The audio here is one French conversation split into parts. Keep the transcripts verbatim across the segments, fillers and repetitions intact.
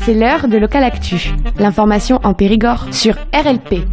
C'est l'heure de Local Actu, l'information en Périgord sur R L P.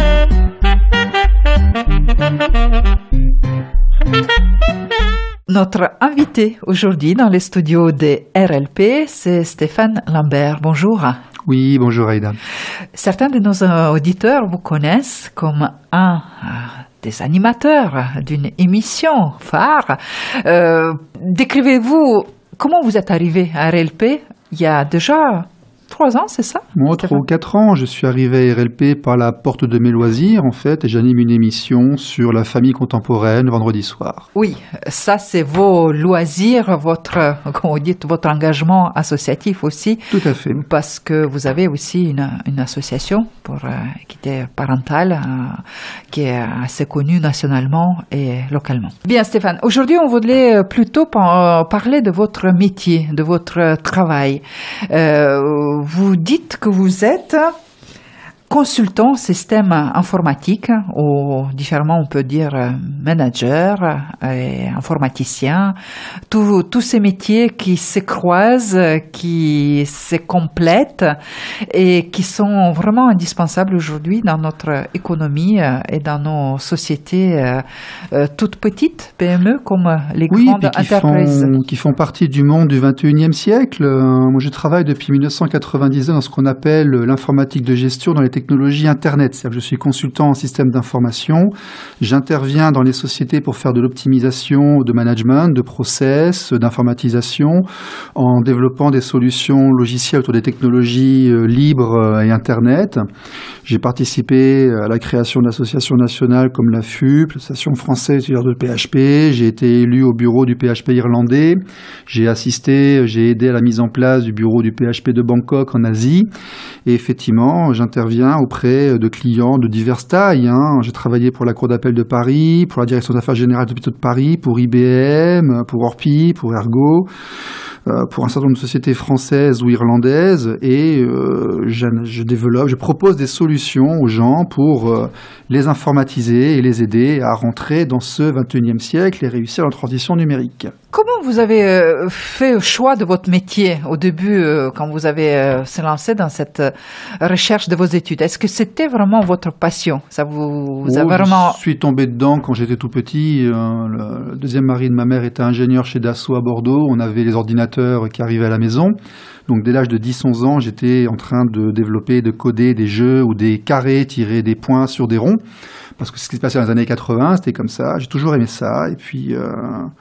Notre invité aujourd'hui dans les studios de R L P, c'est Stéphane Lambert. Bonjour. Oui, bonjour Aïda. Certains de nos auditeurs vous connaissent comme un des animateurs d'une émission phare. Euh, décrivez-vous comment vous êtes arrivé à R L P il y a déjà trois ans, c'est ça? Moi, trois ou quatre ans, je suis arrivé à R L P par la porte de mes loisirs, en fait, et j'anime une émission sur la famille contemporaine le vendredi soir. Oui, ça c'est vos loisirs, votre, comment vous dites, votre engagement associatif aussi. Tout à fait. Parce que vous avez aussi une, une association pour euh, équité parentale euh, qui est assez connue nationalement et localement. Bien Stéphane, aujourd'hui on voulait plutôt par, parler de votre métier, de votre travail. Euh, Vous dites que vous êtes consultant système informatique, ou différemment on peut dire manager et informaticien, tous, tous ces métiers qui se croisent, qui se complètent et qui sont vraiment indispensables aujourd'hui dans notre économie et dans nos sociétés euh, toutes petites, P M E comme les oui, grandes qui entreprises. Font, qui font partie du monde du vingt et unième siècle. Euh, moi je travaille depuis mille neuf cent quatre-vingt-dix dans ce qu'on appelle l'informatique de gestion dans les technologies Internet. C'est-à-dire que je suis consultant en système d'information. J'interviens dans les sociétés pour faire de l'optimisation de management, de process, d'informatisation, en développant des solutions logicielles autour des technologies euh, libres et Internet. J'ai participé à la création d'associations nationales comme la F U P, l'Association française de P H P. J'ai été élu au bureau du P H P irlandais. J'ai assisté, j'ai aidé à la mise en place du bureau du P H P de Bangkok en Asie. Et effectivement, j'interviens auprès de clients de diverses tailles. Hein. J'ai travaillé pour la Cour d'appel de Paris, pour la Direction des affaires générales de l'hôpital de Paris, pour I B M, pour Orpi, pour Ergo, euh, pour un certain nombre de sociétés françaises ou irlandaises. Et euh, je, je développe, je propose des solutions aux gens pour euh, les informatiser et les aider à rentrer dans ce vingt et unième siècle et réussir la transition numérique. Comment vous avez fait le choix de votre métier au début, quand vous avez se lancé dans cette recherche de vos études? Est-ce que c'était vraiment votre passion? Ça vous, vous oh, avez vraiment... Je suis tombé dedans quand j'étais tout petit. Le deuxième mari de ma mère était ingénieur chez Dassault à Bordeaux. On avait les ordinateurs qui arrivaient à la maison. Donc dès l'âge de dix à onze ans, j'étais en train de développer, de coder des jeux ou des carrés, tirer des points sur des ronds. Parce que ce qui se passait dans les années quatre-vingts, c'était comme ça. J'ai toujours aimé ça. Et puis... Euh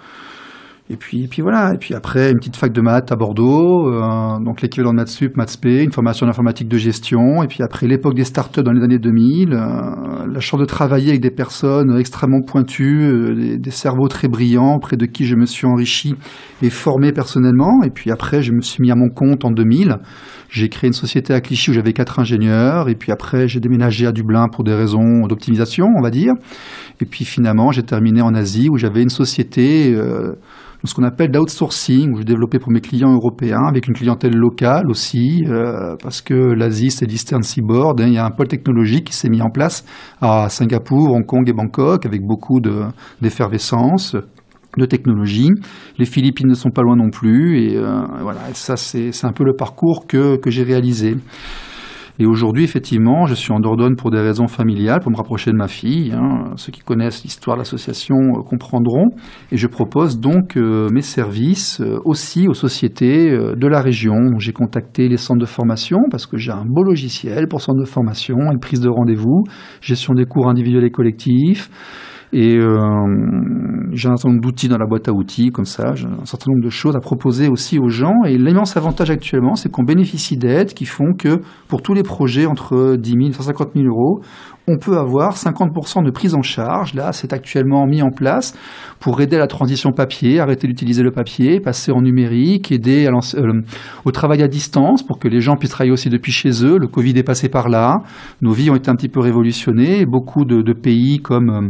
Et puis, et puis voilà. Et puis après, une petite fac de maths à Bordeaux, euh, donc l'équivalent de Maths Sup, Maths P, une formation d'informatique de gestion. Et puis après, l'époque des startups dans les années deux mille, euh, la chance de travailler avec des personnes extrêmement pointues, euh, des, des cerveaux très brillants, auprès de qui je me suis enrichi et formé personnellement. Et puis après, je me suis mis à mon compte en deux mille. J'ai créé une société à Clichy où j'avais quatre ingénieurs. Et puis après, j'ai déménagé à Dublin pour des raisons d'optimisation, on va dire. Et puis finalement, j'ai terminé en Asie où j'avais une société... Euh, ce qu'on appelle d'outsourcing, où je développais pour mes clients européens, avec une clientèle locale aussi, euh, parce que l'Asie, c'est l'Eastern Seaboard, hein, il y a un pôle technologique qui s'est mis en place à Singapour, Hong Kong et Bangkok, avec beaucoup de, d'effervescence, de technologie. Les Philippines ne sont pas loin non plus, et euh, voilà, et ça, c'est, c'est un peu le parcours que, que j'ai réalisé. Et aujourd'hui, effectivement, je suis en Dordogne pour des raisons familiales, pour me rapprocher de ma fille. Hein. Ceux qui connaissent l'histoire de l'association euh, comprendront. Et je propose donc euh, mes services euh, aussi aux sociétés euh, de la région. J'ai contacté les centres de formation parce que j'ai un beau logiciel pour centres de formation, une prise de rendez-vous, gestion des cours individuels et collectifs. Et euh, j'ai un certain nombre d'outils dans la boîte à outils, comme ça, j'ai un certain nombre de choses à proposer aussi aux gens. Et l'immense avantage actuellement, c'est qu'on bénéficie d'aides qui font que pour tous les projets entre dix mille et cent cinquante mille euros, on peut avoir cinquante pour cent de prise en charge. Là, c'est actuellement mis en place pour aider à la transition papier, arrêter d'utiliser le papier, passer en numérique, aider à euh, au travail à distance pour que les gens puissent travailler aussi depuis chez eux. Le Covid est passé par là. Nos vies ont été un petit peu révolutionnées. Beaucoup de, de pays comme... Euh,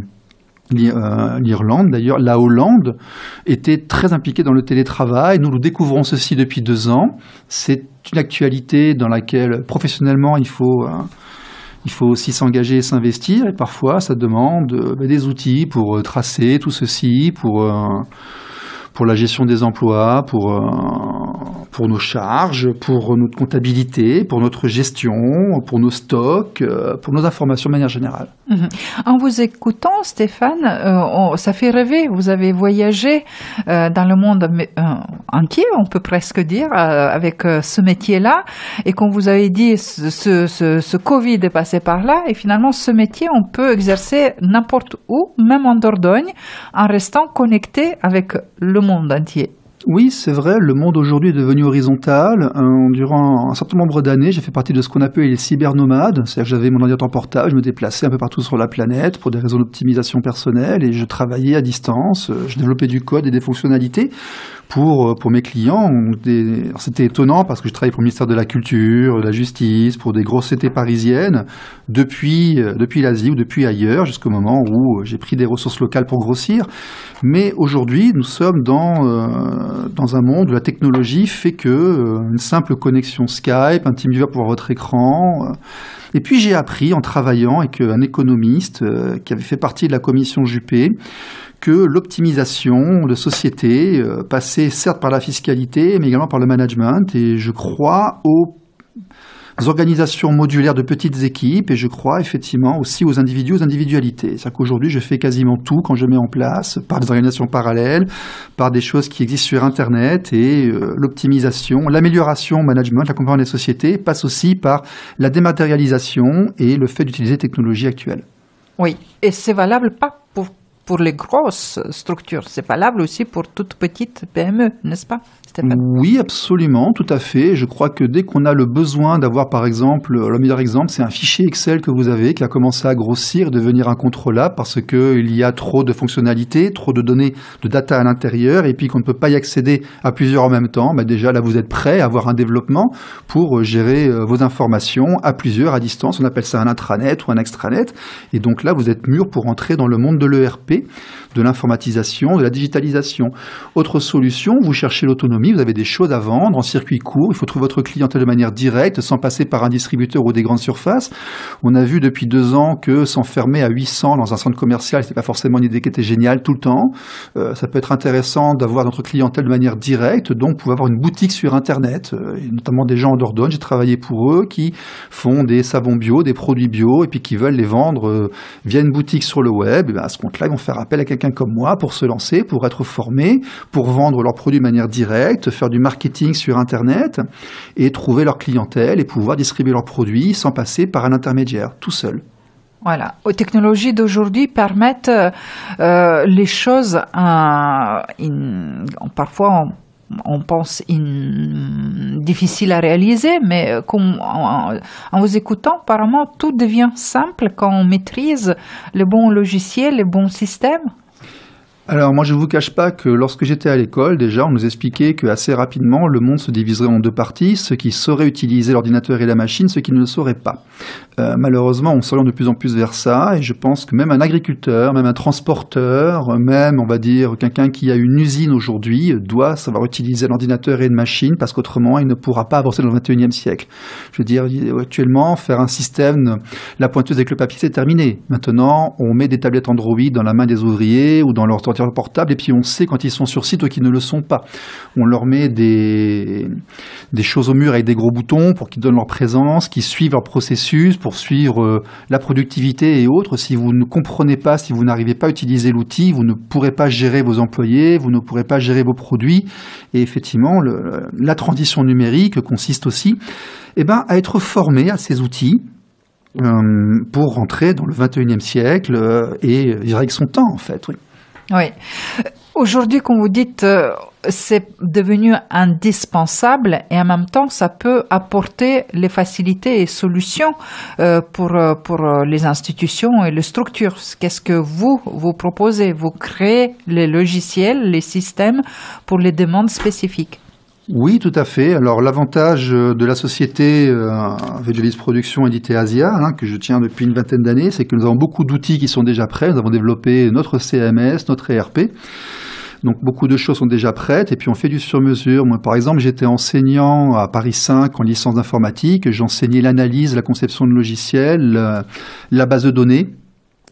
l'Irlande, d'ailleurs, la Hollande était très impliquée dans le télétravail. Nous, nous découvrons ceci depuis deux ans. C'est une actualité dans laquelle, professionnellement, il faut, euh, il faut aussi s'engager et s'investir. Et parfois, ça demande euh, des outils pour euh, tracer tout ceci, pour, euh, pour la gestion des emplois, pour, euh, pour nos charges, pour notre comptabilité, pour notre gestion, pour nos stocks, euh, pour nos informations de manière générale. Mmh. En vous écoutant, Stéphane, euh, on, ça fait rêver. Vous avez voyagé euh, dans le monde euh, entier, on peut presque dire, euh, avec euh, ce métier-là. Et comme vous avez dit, ce, ce, ce Covid est passé par là. Et finalement, ce métier, on peut exercer n'importe où, même en Dordogne, en restant connecté avec le monde entier. Oui, c'est vrai, le monde aujourd'hui est devenu horizontal. Euh, durant un certain nombre d'années, j'ai fait partie de ce qu'on appelle les cybernomades. C'est-à-dire que j'avais mon ordinateur portable, je me déplaçais un peu partout sur la planète pour des raisons d'optimisation personnelle et je travaillais à distance, je développais du code et des fonctionnalités pour, pour mes clients. Des... C'était étonnant parce que je travaillais pour le ministère de la Culture, de la Justice, pour des grosses cités parisiennes, depuis, depuis l'Asie ou depuis ailleurs, jusqu'au moment où j'ai pris des ressources locales pour grossir. Mais aujourd'hui, nous sommes dans, euh, dans un monde où la technologie fait que euh, une simple connexion Skype, un TeamViewer pour votre écran. Euh, et puis j'ai appris en travaillant avec un économiste euh, qui avait fait partie de la commission Juppé que l'optimisation de société euh, passait certes par la fiscalité, mais également par le management. Et je crois aux organisations modulaires de petites équipes et je crois effectivement aussi aux individus, aux individualités. C'est-à-dire qu'aujourd'hui, je fais quasiment tout quand je mets en place par des organisations parallèles, par des choses qui existent sur Internet et euh, l'optimisation, l'amélioration, management, l'accompagnement des sociétés passe aussi par la dématérialisation et le fait d'utiliser les technologies actuelles. Oui, et c'est valable pas pour pour les grosses structures, c'est valable aussi pour toutes petites P M E, n'est-ce pas, Stéphane ? Oui, absolument, tout à fait. Je crois que dès qu'on a le besoin d'avoir, par exemple, le meilleur exemple, c'est un fichier Excel que vous avez qui a commencé à grossir, devenir incontrôlable parce qu'il y a trop de fonctionnalités, trop de données, de data à l'intérieur et puis qu'on ne peut pas y accéder à plusieurs en même temps. Bah déjà, là, vous êtes prêt à avoir un développement pour gérer vos informations à plusieurs, à distance. On appelle ça un intranet ou un extranet. Et donc là, vous êtes mûr pour entrer dans le monde de l'E R P, de l'informatisation, de la digitalisation. Autre solution, vous cherchez l'autonomie, vous avez des choses à vendre en circuit court, il faut trouver votre clientèle de manière directe, sans passer par un distributeur ou des grandes surfaces. On a vu depuis deux ans que s'enfermer à huit cents dans un centre commercial, ce n'est pas forcément une idée qui était géniale tout le temps. Euh, ça peut être intéressant d'avoir notre clientèle de manière directe, donc vous pouvez avoir une boutique sur Internet, euh, et notamment des gens en Dordogne, j'ai travaillé pour eux, qui font des savons bio, des produits bio, et puis qui veulent les vendre euh, via une boutique sur le web. Et bien à ce compte-là, ils vont faire appel à quelqu'un comme moi pour se lancer, pour être formés, pour vendre leurs produits de manière directe, faire du marketing sur Internet et trouver leur clientèle et pouvoir distribuer leurs produits sans passer par un intermédiaire, tout seul. Voilà. Les technologies d'aujourd'hui permettent euh, les choses, euh, in, parfois on, on pense in, difficiles à réaliser, mais comme, en, en vous écoutant, apparemment tout devient simple quand on maîtrise les bons logiciels, les bons systèmes. Alors moi je ne vous cache pas que lorsque j'étais à l'école, déjà on nous expliquait que assez rapidement le monde se diviserait en deux parties, ceux qui sauraient utiliser l'ordinateur et la machine, ceux qui ne le sauraient pas. Euh, malheureusement on s'oriente de plus en plus vers ça et je pense que même un agriculteur, même un transporteur, même on va dire quelqu'un qui a une usine aujourd'hui doit savoir utiliser l'ordinateur et une machine parce qu'autrement il ne pourra pas avancer dans le vingt et unième siècle. Je veux dire actuellement faire un système, la pointeuse avec le papier c'est terminé. Maintenant on met des tablettes Android dans la main des ouvriers ou dans leur portable et puis on sait quand ils sont sur site ou qu'ils ne le sont pas. On leur met des, des choses au mur avec des gros boutons pour qu'ils donnent leur présence, qu'ils suivent leur processus, pour suivre euh, la productivité et autres. Si vous ne comprenez pas, si vous n'arrivez pas à utiliser l'outil, vous ne pourrez pas gérer vos employés, vous ne pourrez pas gérer vos produits. Et effectivement, le, la transition numérique consiste aussi eh ben, à être formé à ces outils euh, pour rentrer dans le vingt et unième siècle euh, et vivre avec son temps en fait, oui. Oui. Aujourd'hui, comme vous dites, c'est devenu indispensable et en même temps, ça peut apporter les facilités et solutions pour, pour les institutions et les structures. Qu'est-ce que vous, vous proposez? Vous créez les logiciels, les systèmes pour les demandes spécifiques. Oui, tout à fait. Alors l'avantage de la société euh, Vegelis Production édité Asia, hein, que je tiens depuis une vingtaine d'années, c'est que nous avons beaucoup d'outils qui sont déjà prêts. Nous avons développé notre C M S, notre E R P. Donc beaucoup de choses sont déjà prêtes et puis on fait du sur-mesure. Moi, par exemple, j'étais enseignant à Paris cinq en licence d'informatique. J'enseignais l'analyse, la conception de logiciels, la, la base de données.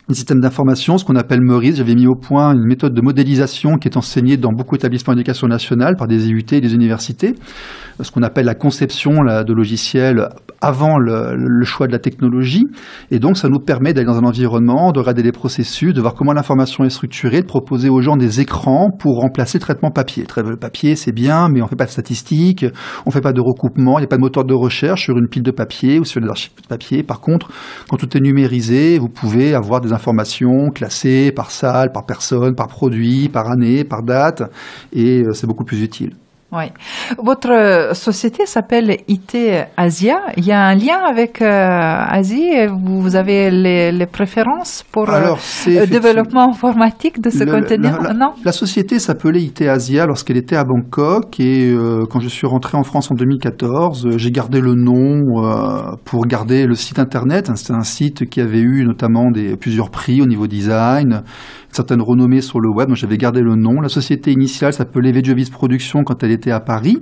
des systèmes d'information, ce qu'on appelle MERIS. J'avais mis au point une méthode de modélisation qui est enseignée dans beaucoup d'établissements d'éducation nationale par des I U T et des universités, ce qu'on appelle la conception là, de logiciels avant le, le choix de la technologie. Et donc, ça nous permet d'aller dans un environnement, de regarder les processus, de voir comment l'information est structurée, de proposer aux gens des écrans pour remplacer le traitement papier. Le papier, c'est bien, mais on ne fait pas de statistiques, on ne fait pas de recoupement, il n'y a pas de moteur de recherche sur une pile de papier ou sur des archives de papier. Par contre, quand tout est numérisé, vous pouvez avoir des informations classées par salle, par personne, par produit, par année, par date, et c'est beaucoup plus utile. Oui. Votre société s'appelle I T Asia. Il y a un lien avec euh, Asie. Vous avez les, les préférences pour Alors, le euh, développement informatique de ce le, continent? la, la, Non. La société s'appelait I T Asia lorsqu'elle était à Bangkok et euh, quand je suis rentré en France en deux mille quatorze, j'ai gardé le nom euh, pour garder le site internet. C'était un site qui avait eu notamment des, plusieurs prix au niveau design, certaines renommées sur le web, donc j'avais gardé le nom. La société initiale s'appelait Vejovis Production quand elle était à Paris.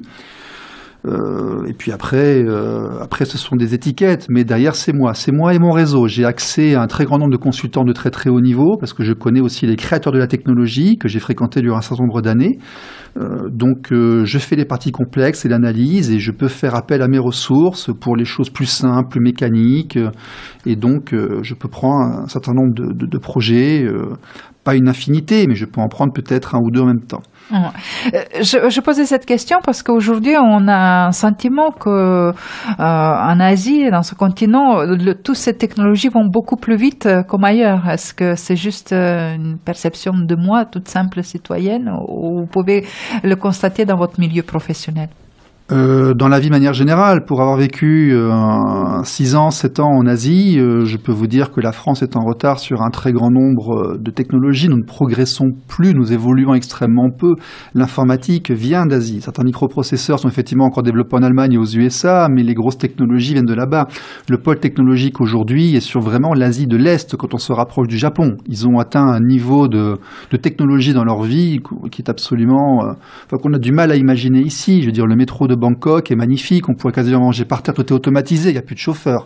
Euh, et puis après, euh, après, ce sont des étiquettes, mais derrière, c'est moi. C'est moi et mon réseau. J'ai accès à un très grand nombre de consultants de très très haut niveau, parce que je connais aussi les créateurs de la technologie, que j'ai fréquentés durant un certain nombre d'années. Euh, donc, euh, je fais les parties complexes et l'analyse, et je peux faire appel à mes ressources pour les choses plus simples, plus mécaniques. Et donc, euh, je peux prendre un certain nombre de, de, de projets, euh, pas une infinité, mais je peux en prendre peut-être un ou deux en même temps. Je, je posais cette question parce qu'aujourd'hui, on a un sentiment que euh, en Asie, dans ce continent, le, toutes ces technologies vont beaucoup plus vite comme ailleurs. Est-ce que c'est juste une perception de moi, toute simple citoyenne, ou vous pouvez le constater dans votre milieu professionnel? Euh, dans la vie de manière générale, pour avoir vécu euh, six ans, sept ans en Asie, euh, je peux vous dire que la France est en retard sur un très grand nombre de technologies. Nous ne progressons plus, nous évoluons extrêmement peu. L'informatique vient d'Asie. Certains microprocesseurs sont effectivement encore développés en Allemagne et aux U S A, mais les grosses technologies viennent de là-bas. Le pôle technologique aujourd'hui est sur vraiment l'Asie de l'Est quand on se rapproche du Japon. Ils ont atteint un niveau de, de technologie dans leur vie qui est absolument... Euh, enfin, qu'on a du mal à imaginer ici. Je veux dire, le métro de Bangkok est magnifique, on pourrait quasiment manger par terre, tout est automatisé, il n'y a plus de chauffeur.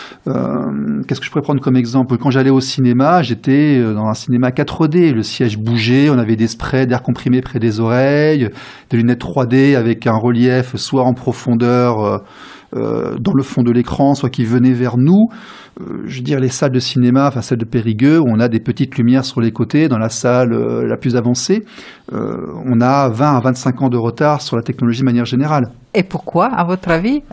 Euh, qu'est-ce que je pourrais prendre comme exemple? Quand j'allais au cinéma, j'étais dans un cinéma quatre D, le siège bougeait, on avait des sprays d'air comprimé près des oreilles, des lunettes trois D avec un relief soit en profondeur euh, euh, dans le fond de l'écran, soit qui venait vers nous. Euh, je veux dire, les salles de cinéma, enfin celle de Périgueux, où on a des petites lumières sur les côtés, dans la salle euh, la plus avancée, euh, on a vingt à vingt-cinq ans de retard sur la technologie de manière générale. Et pourquoi, à votre avis?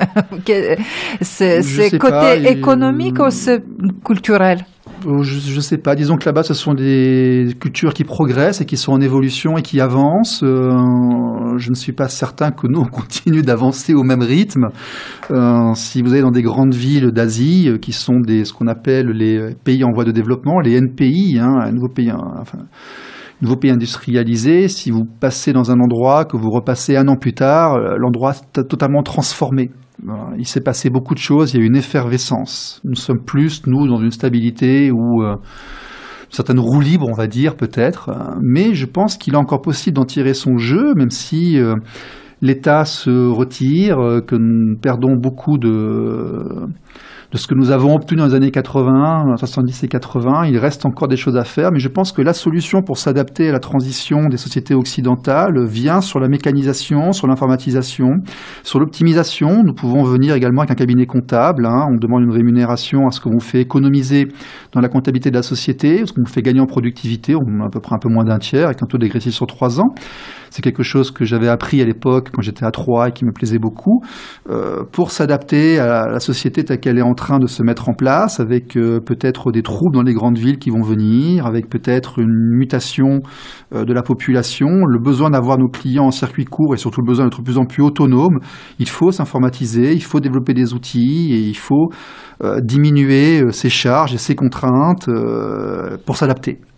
C'est, c'est côté pas, économique et... ou c'est culturel? Je ne sais pas. Disons que là-bas, ce sont des cultures qui progressent et qui sont en évolution et qui avancent. Euh, je ne suis pas certain que nous, on continue d'avancer au même rythme. Euh, si vous allez dans des grandes villes d'Asie, qui sont des, ce qu'on appelle les pays en voie de développement, les N P I, hein, un nouveau pays, enfin, nouveau pays industrialisé, si vous passez dans un endroit, que vous repassez un an plus tard, l'endroit est totalement transformé. Il s'est passé beaucoup de choses, il y a eu une effervescence. Nous sommes plus, nous, dans une stabilité ou euh, une certaine roue libre, on va dire, peut-être. Mais je pense qu'il est encore possible d'en tirer son jeu, même si euh, l'État se retire, que nous perdons beaucoup de... de ce que nous avons obtenu dans les années quatre-vingts, soixante-dix et quatre-vingts, il reste encore des choses à faire, mais je pense que la solution pour s'adapter à la transition des sociétés occidentales vient sur la mécanisation, sur l'informatisation, sur l'optimisation. Nous pouvons venir également avec un cabinet comptable, hein. On demande une rémunération à ce qu'on vous fait économiser dans la comptabilité de la société, ce qu'on vous fait gagner en productivité, on a à peu près un peu moins d'un tiers, avec un taux dégressif sur trois ans. C'est quelque chose que j'avais appris à l'époque quand j'étais à Troyes et qui me plaisait beaucoup, euh, pour s'adapter à la société telle qu'elle est en train de se mettre en place, avec euh, peut-être des troubles dans les grandes villes qui vont venir, avec peut-être une mutation euh, de la population, le besoin d'avoir nos clients en circuit court et surtout le besoin d'être de plus en plus autonome. Il faut s'informatiser, il faut développer des outils et il faut euh, diminuer euh, ses charges et ses contraintes euh, pour s'adapter.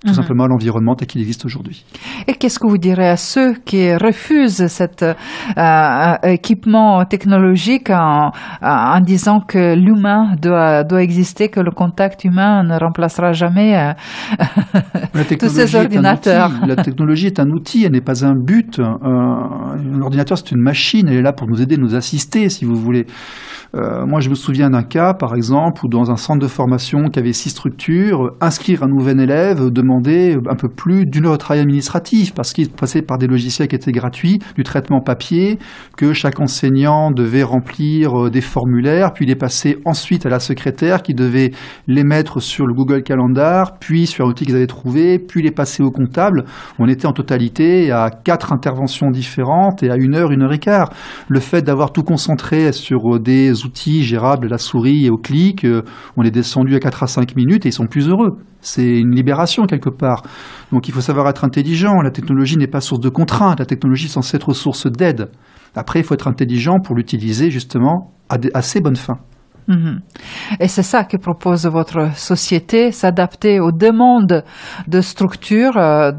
tout mmh. simplement à l'environnement tel qu'il existe aujourd'hui. Et qu'est-ce que vous direz à ceux qui refusent cet euh, équipement technologique en, en disant que l'humain doit, doit exister, que le contact humain ne remplacera jamais euh, tous ces ordinateurs? La technologie est un outil, elle n'est pas un but. Euh, l'ordinateur, c'est une machine, elle est là pour nous aider, nous assister, si vous voulez. Euh, moi, je me souviens d'un cas, par exemple, où dans un centre de formation qui avait six structures, inscrire un nouvel élève demandait un peu plus d'une heure de travail administratif, parce qu'il passait par des logiciels qui étaient gratuits, du traitement papier, que chaque enseignant devait remplir des formulaires, puis les passer ensuite à la secrétaire qui devait les mettre sur le Google Calendar, puis sur un outil qu'ils avaient trouvé, puis les passer au comptable. On était en totalité à quatre interventions différentes et à une heure, une heure et quart. Le fait d'avoir tout concentré sur des outils gérables à la souris et au clic, euh, on est descendu à quatre à cinq minutes et ils sont plus heureux. C'est une libération quelque part. Donc il faut savoir être intelligent. La technologie n'est pas source de contraintes, la technologie est censée être source d'aide. Après, il faut être intelligent pour l'utiliser justement à, de, à ses bonnes fins. Mmh. Et c'est ça que propose votre société, s'adapter aux demandes de structures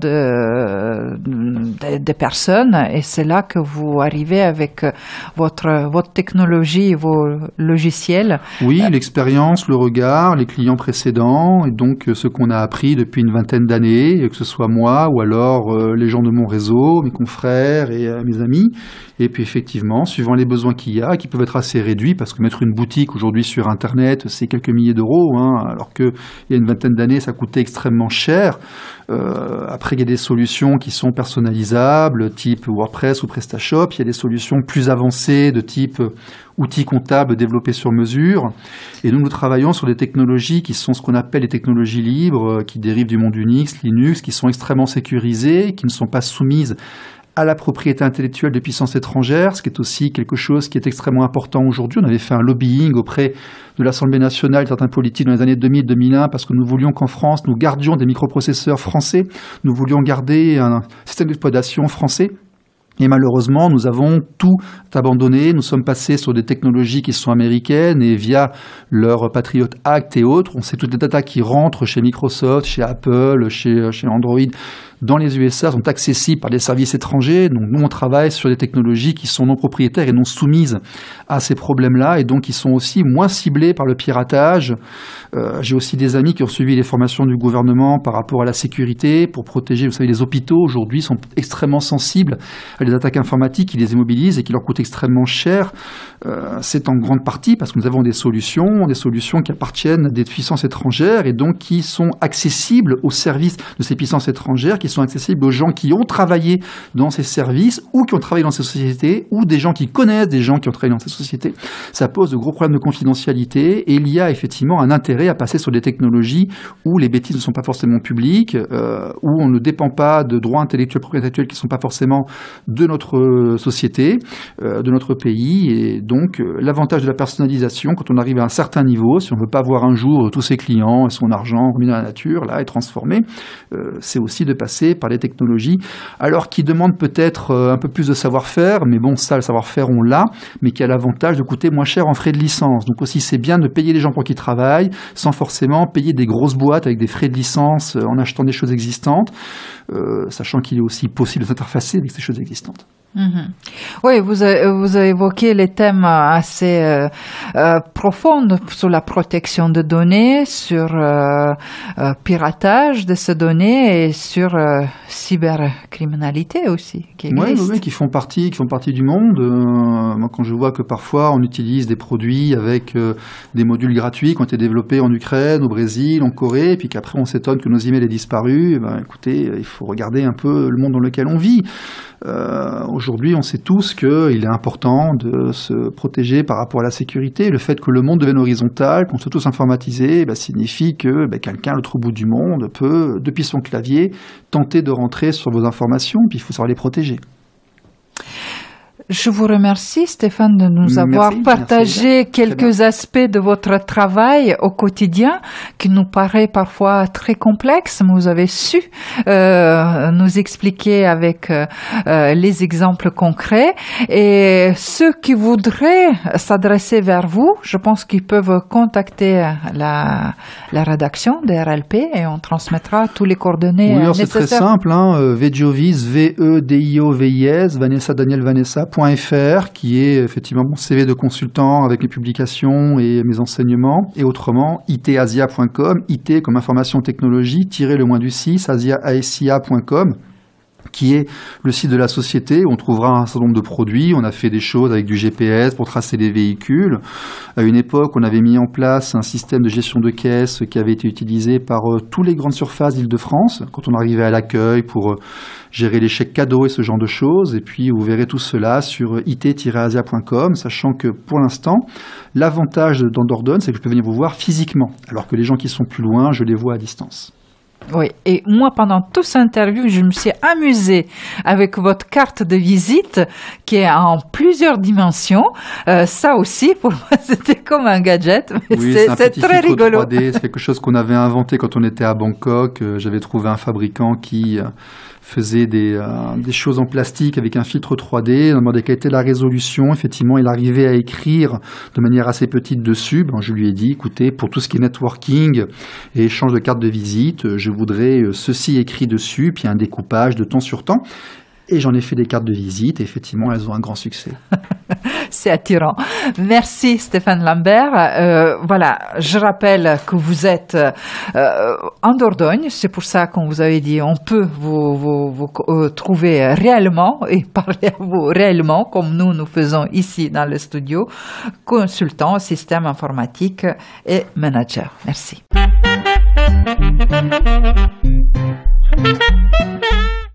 de, de, de personnes, et c'est là que vous arrivez avec votre, votre technologie, vos logiciels. Oui, l'expérience, le regard, les clients précédents, et donc ce qu'on a appris depuis une vingtaine d'années, que ce soit moi ou alors euh, les gens de mon réseau, mes confrères et euh, mes amis. Et puis effectivement, suivant les besoins qu'il y a, qui peuvent être assez réduits, parce que mettre une boutique aujourd'hui sur Internet, c'est quelques milliers d'euros, hein, alors qu'il y a une vingtaine d'années, ça coûtait extrêmement cher. Euh, après, il y a des solutions qui sont personnalisables, type WordPress ou PrestaShop. Il y a des solutions plus avancées de type outils comptables développés sur mesure. Et nous, nous travaillons sur des technologies qui sont ce qu'on appelle les technologies libres, qui dérivent du monde Unix, Linux, qui sont extrêmement sécurisées, qui ne sont pas soumises à la propriété intellectuelle de puissances étrangères, ce qui est aussi quelque chose qui est extrêmement important aujourd'hui. On avait fait un lobbying auprès de l'Assemblée nationale, certains politiques dans les années deux mille deux mille un, parce que nous voulions qu'en France, nous gardions des microprocesseurs français, nous voulions garder un système d'exploitation français. Et malheureusement, nous avons tout abandonné. Nous sommes passés sur des technologies qui sont américaines et via leur Patriot Act et autres, on sait toutes les data qui rentrent chez Microsoft, chez Apple, chez, chez Android, dans les U S A, sont accessibles par des services étrangers. Donc nous, on travaille sur des technologies qui sont non propriétaires et non soumises à ces problèmes-là, et donc qui sont aussi moins ciblées par le piratage. Euh, j'ai aussi des amis qui ont suivi les formations du gouvernement par rapport à la sécurité, pour protéger, vous savez, les hôpitaux aujourd'hui sont extrêmement sensibles à des attaques informatiques qui les immobilisent et qui leur coûtent extrêmement cher. Euh, c'est en grande partie parce que nous avons des solutions, des solutions qui appartiennent à des puissances étrangères et donc qui sont accessibles aux services de ces puissances étrangères, qui sont accessibles aux gens qui ont travaillé dans ces services ou qui ont travaillé dans ces sociétés, ou des gens qui connaissent des gens qui ont travaillé dans ces sociétés. Ça pose de gros problèmes de confidentialité, et il y a effectivement un intérêt à passer sur des technologies où les bêtises ne sont pas forcément publiques, euh, où on ne dépend pas de droits intellectuels, propriétaires intellectuels qui ne sont pas forcément de notre société, euh, de notre pays. Et donc euh, l'avantage de la personnalisation, quand on arrive à un certain niveau, si on ne veut pas voir un jour tous ses clients et son argent remis dans la nature, là, et transformé, euh, c'est aussi de passer par les technologies, alors qui demandent peut-être un peu plus de savoir-faire, mais bon, ça, le savoir-faire, on l'a, mais qui a l'avantage de coûter moins cher en frais de licence. Donc aussi, c'est bien de payer les gens pour qu'ils travaillent, sans forcément payer des grosses boîtes avec des frais de licence en achetant des choses existantes, euh, sachant qu'il est aussi possible de s'interfacer avec ces choses existantes. Mmh. Oui, vous avez, vous avez évoqué les thèmes assez euh, euh, profonds sur la protection de données, sur euh, euh, piratage de ces données et sur euh, cybercriminalité aussi. Qui oui, oui, oui, qui font partie, qui font partie du monde. Euh, moi, quand je vois que parfois on utilise des produits avec euh, des modules gratuits qui ont été développés en Ukraine, au Brésil, en Corée, et puis qu'après on s'étonne que nos emails aient disparu, eh ben, écoutez, il faut regarder un peu le monde dans lequel on vit. Euh, aujourd'hui, on sait tous qu'il est important de se protéger par rapport à la sécurité. Le fait que le monde devienne horizontal, qu'on soit tous informatisés, bah, signifie que bah, quelqu'un à l'autre bout du monde peut, depuis son clavier, tenter de rentrer sur vos informations, puis il faut savoir les protéger. Je vous remercie, Stéphane, de nous avoir merci, partagé merci, quelques aspects de votre travail au quotidien qui nous paraît parfois très complexe, mais vous avez su euh, nous expliquer avec euh, les exemples concrets. Et ceux qui voudraient s'adresser vers vous, je pense qu'ils peuvent contacter la, la rédaction de R L P et on transmettra tous les coordonnées oui, nécessaires. C'est très simple, hein, Vediovis, V E D I O V I S, Vanessa Daniel Vanessa. .fr, qui est effectivement mon C V de consultant avec mes publications et mes enseignements, et autrement itasia point com, I T comme information technologie, tiré le moins du six, asia point com, qui est le site de la société où on trouvera un certain nombre de produits. On a fait des choses avec du G P S pour tracer les véhicules. À une époque, on avait mis en place un système de gestion de caisse qui avait été utilisé par euh, toutes les grandes surfaces d'Île-de-France quand on arrivait à l'accueil pour euh, gérer les chèques cadeaux et ce genre de choses. Et puis, vous verrez tout cela sur I T asia point com, sachant que pour l'instant, l'avantage d'Andordon, c'est que je peux venir vous voir physiquement, alors que les gens qui sont plus loin, je les vois à distance. Oui, et moi, pendant toute cette interview, je me suis amusée avec votre carte de visite qui est en plusieurs dimensions. Euh, ça aussi, pour moi, c'était comme un gadget. Mais oui, c'est, c'est, un c'est petit très rigolo. trois D, c'est quelque chose qu'on avait inventé quand on était à Bangkok. Euh, j'avais trouvé un fabricant qui euh, faisait des, euh, des choses en plastique avec un filtre trois D. On a demandé quelle était la résolution. Effectivement, il arrivait à écrire de manière assez petite dessus. Ben, je lui ai dit, écoutez, pour tout ce qui est networking et échange de cartes de visite, je voudrais ceci écrit dessus, puis un découpage de temps sur temps. Et j'en ai fait des cartes de visite, et effectivement, elles ont un grand succès. C'est attirant. Merci Stéphane Lambert. Euh, voilà, je rappelle que vous êtes euh, en Dordogne, c'est pour ça qu'on vous avait dit on peut vous, vous, vous euh, trouver réellement et parler à vous réellement, comme nous nous faisons ici dans le studio, consultant, système informatique et manager. Merci.